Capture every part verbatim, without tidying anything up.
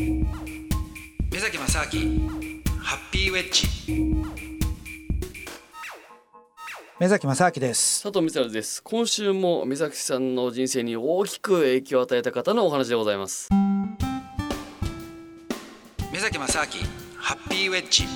目崎正明ハッピーウェッジ。目崎正明です。 佐藤光晴です。今週も目崎さんの人生に大きく影響を与えた方のお話でございます。 目崎正明ハッピーウェッジ。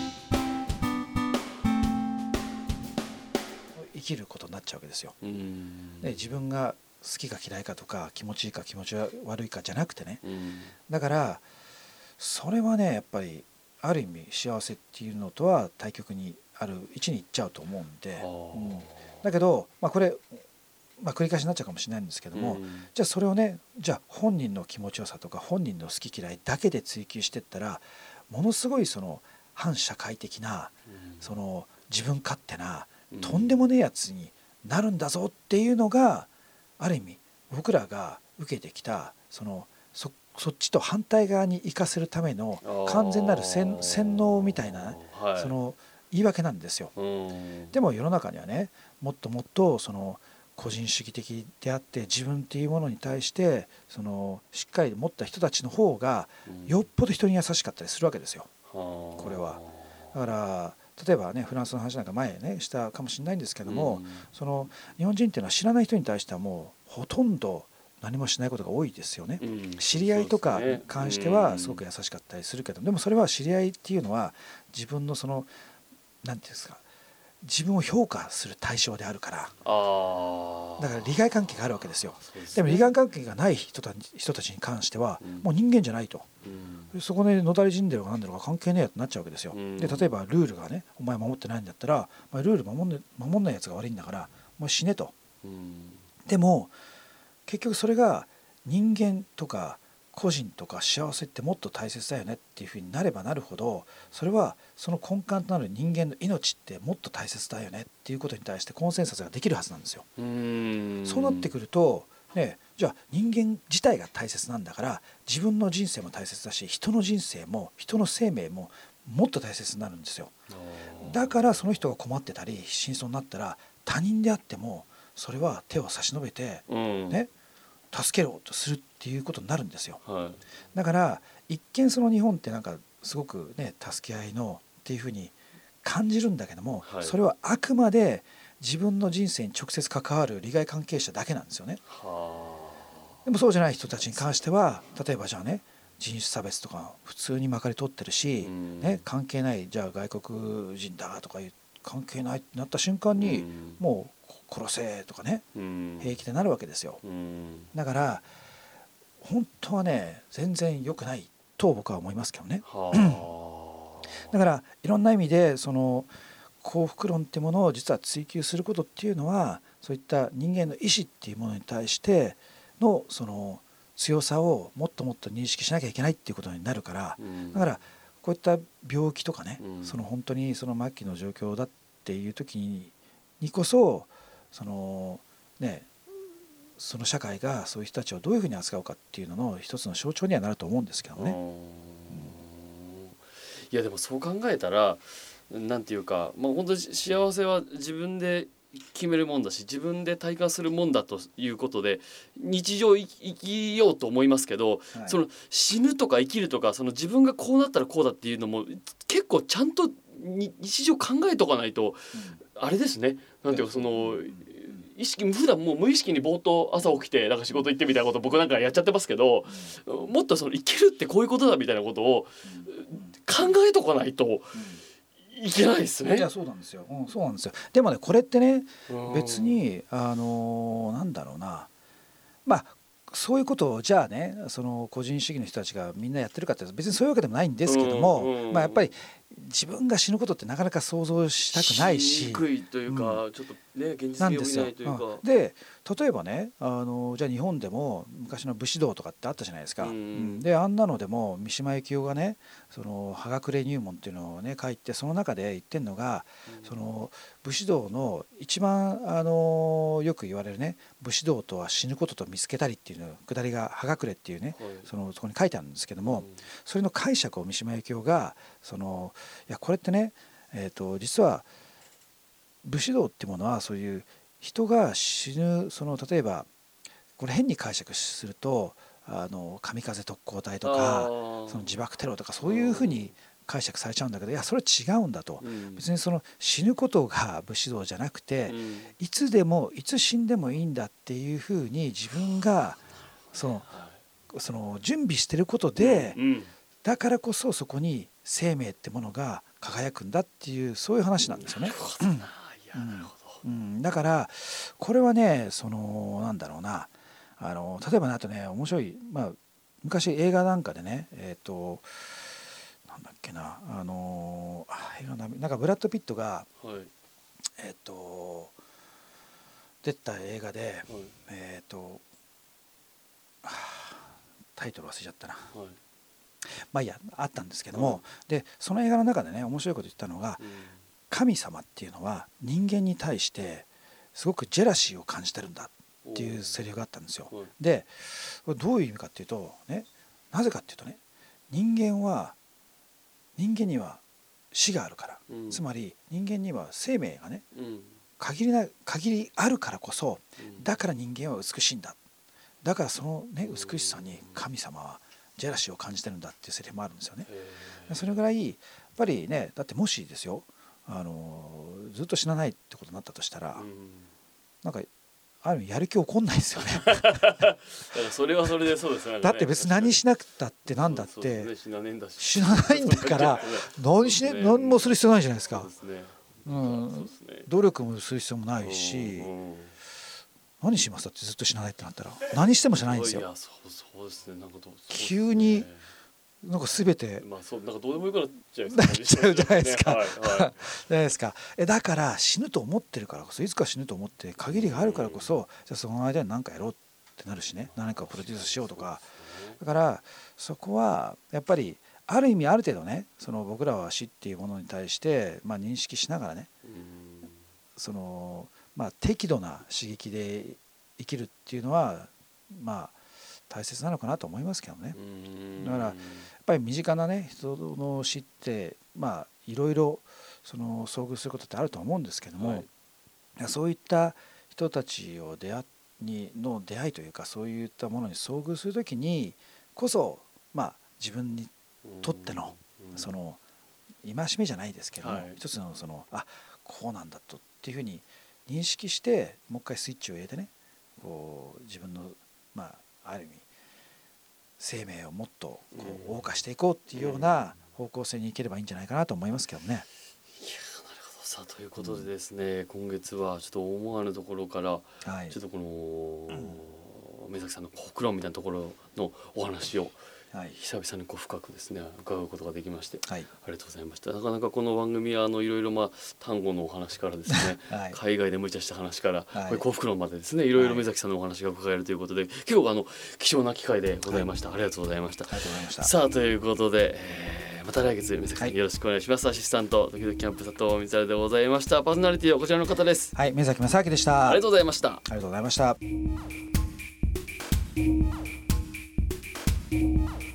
生きることになっちゃうわけですよ。 うーんで自分が好きか嫌いかとか気持ちいいか気持ち悪いかじゃなくてね、 うーんだからそれはねやっぱりある意味幸せっていうのとは対極にある位置に行っちゃうと思うんで、うん、だけど、まあ、これ、まあ、繰り返しになっちゃうかもしれないんですけども、 うん、 じゃあそれをねじゃあ本人の気持ちよさとか本人の好き嫌いだけで追求していったらものすごいその反社会的な、 うん、 その自分勝手な、 うん、 とんでもねえやつになるんだぞっていうのがある意味僕らが受けてきたその そ, そっちと反対側に行かせるための完全なる洗脳みたいな、 はい、 その言い訳なんですよ。でも世の中にはねもっともっとその個人主義的であって自分っていうものに対してそのしっかり持った人たちの方がよっぽど人に優しかったりするわけですよ、うん、これは。だから例えばねフランスの話なんか前ねしたかもしれないんですけども、うん、その日本人っていうのは知らない人に対してはもうほとんど何もしないことが多いですよね、うん、知り合いとかに関してはすごく優しかったりするけど、うん、でもそれは知り合いっていうのは自分のそのなんていうんですか自分を評価する対象であるからあだから利害関係があるわけですよ。 で, です、ね、 でも利害関係がない人 た, 人たちに関してはもう人間じゃないと、うん、そこでのだれ死んでるか何だろうか関係ねえやとなっちゃうわけですよ、うん、で例えばルールがねお前守ってないんだったらルール守ん、ね、守んないやつが悪いんだからもう死ねと、うん、でも結局それが人間とか個人とか幸せってもっと大切だよねっていうふうになればなるほどそれはその根幹となる人間の命ってもっと大切だよねっていうことに対してコンセンサスができるはずなんですよ。うーんそうなってくると、ね、じゃあ人間自体が大切なんだから自分の人生も大切だし人の人生も人の生命ももっと大切になるんですよ。だからその人が困ってたり心相になったら他人であってもそれは手を差し伸べて、ね、助けろとするっていうことになるんですよ、はい、だから一見その日本ってなんかすごくね助け合いのっていうふうに感じるんだけども、はい、それはあくまで自分の人生に直接関わる利害関係者だけなんですよね。はでもそうじゃない人たちに関しては例えばじゃあね人種差別とか普通にまかり通ってるし、ね、関係ないじゃあ外国人だとかいう関係ないってなった瞬間にもう殺せとかね平気でなるわけですよ。だから本当はね全然良くないと僕は思いますけどね。だからいろんな意味でその幸福論っていうものを実は追求することっていうのはそういった人間の意志っていうものに対してのその強さをもっともっと認識しなきゃいけないっていうことになるからだからこういった病気とかねその本当にその末期の状況だっていう時にこそそのねその社会がそういう人たちをどういうふうに扱うかっていうのの一つの象徴にはなると思うんですけどね。うん、 いやでもそう考えたらなんていうか、まあ、本当に幸せは自分で決めるもんだし自分で体感するもんだということで日常生きようと思いますけど、はい、その死ぬとか生きるとかその自分がこうなったらこうだっていうのも結構ちゃんと日常考えとかないと、うん、あれですねなんていうかその意識普段もう無意識にぼーっと朝起きてなんか仕事行ってみたいなこと僕なんかやっちゃってますけど、うん、もっとその生きるってこういうことだみたいなことを考えとかないと、うんいけないですね。 いやそうなんですよ、うん、そうなんですよ。でもねこれってね別にあのなんだろうなまあそういうことをじゃあねその個人主義の人たちがみんなやってるかって別にそういうわけでもないんですけども、うんうん、まあやっぱり自分が死ぬことってなかなか想像したくないししにくいというか、うん、ちょっとね現実味を見ないというか、 うん、で例えばねあのじゃあ日本でも昔の武士道とかってあったじゃないですか、うんうん、であんなのでも三島由紀夫がねその葉隠れ入門っていうのをね書いてその中で言ってるのが、うん、その武士道の一番あのよく言われるね武士道とは死ぬことと見つけたりっていうのくだりが葉隠れっていうね、はい、そのそこに書いてあるんですけども、うん、それの解釈を三島由紀夫がそのいやこれってね、えーと、実は武士道っていうものはそういう人が死ぬその例えばこれ変に解釈するとあの神風特攻隊とかその自爆テロとかそういうふうに解釈されちゃうんだけど、いやそれは違うんだと、うん、別にその死ぬことが武士道じゃなくて、うん、いつでもいつ死んでもいいんだっていうふうに自分がそのその準備してることで、うん、だからこそそこに生命ってものが輝くんだっていうそういう話なんですよね。うん、だからこれはねそのなんだろうなあの例えばねあとね面白い、まあ、昔映画なんかでねえっとなんだっけなあの映画なんかブラッド・ピットが、はい、えっと出た映画で、はい、えっとタイトル忘れちゃったな、はい、まあいいやあったんですけども、はい、でその映画の中でね面白いこと言ったのが、うん、神様っていうのは人間に対してすごくジェラシーを感じてるんだっていうセリフがあったんですよ。でどういう意味かっていうとね、なぜかっていうとね人間は人間には死があるから、うん、つまり人間には生命がね、うん、限りな限りあるからこそ、だから人間は美しいんだ、だからその、ね、美しさに神様はジェラシーを感じてるんだっていうセリフもあるんですよね。それぐらいやっぱりね、だってもしですよあのずっと死なないってことになったとしたら、うん、なんかある意味やる気起こんないですよねだからそれはそれでそうですね。 だって別に何しなくたってなんだって、 ね、死なねえんだし死なないんだから何し、ね、何もする必要ないじゃないですか。そうですね、うん、努力もする必要もないし、うんうん、何しますだってずっと死なないってなったら何してもしないんですよ。いやそうそうですね、なんかどう急になんか全てまあそうなんかどうでもよくなっちゃうじゃないですか。はいはい、じゃないですか。えだから死ぬと思ってるからこそ、いつか死ぬと思って限りがあるからこそ、うん、じゃあその間に何かやろうってなるしね、何かをプロデュースしようとか、だからそこはやっぱりある意味ある程度ね、その僕らは死っていうものに対して、まあ、認識しながらね、うん、そのまあ適度な刺激で生きるっていうのはまあ大切なのかなと思いますけどね。だからやっぱり身近なね人の死ってまあいろいろその遭遇することってあると思うんですけども、はい、そういった人たちを出会にの出会いというか、そういったものに遭遇するときにこそまあ自分にとってのその戒めじゃないですけども、はい、一つのそのあこうなんだとっていうふうに認識してもう一回スイッチを入れてね、こう自分のまあある意味生命をもっとこう謳歌していこうっていうような方向性に行ければいいんじゃないかなと思いますけどね。いやなるほど。さあということでですね、うん、今月はちょっと思わぬところから、はい、ちょっとこの、うん、目崎さんの国論みたいなところのお話をはい、久々にこう深くですね伺うことができまして、はい、ありがとうございました。なかなかこの番組はあのいろいろまあ単語のお話からですね、はい、海外で無茶した話から、はい、これ幸福論までですねいろいろ目崎さんのお話が伺えるということで、はい、結構あの貴重な機会でございました、はい、ありがとうございました。ありがとうございました。さあということで、えー、また来月目崎さんよろしくお願いします。はい、アシスタント時々キャンプ佐藤光晴でございました。パーソナリティはこちらの方です。 はい、目崎正明でした。 ありがとうございました。ありがとうございました。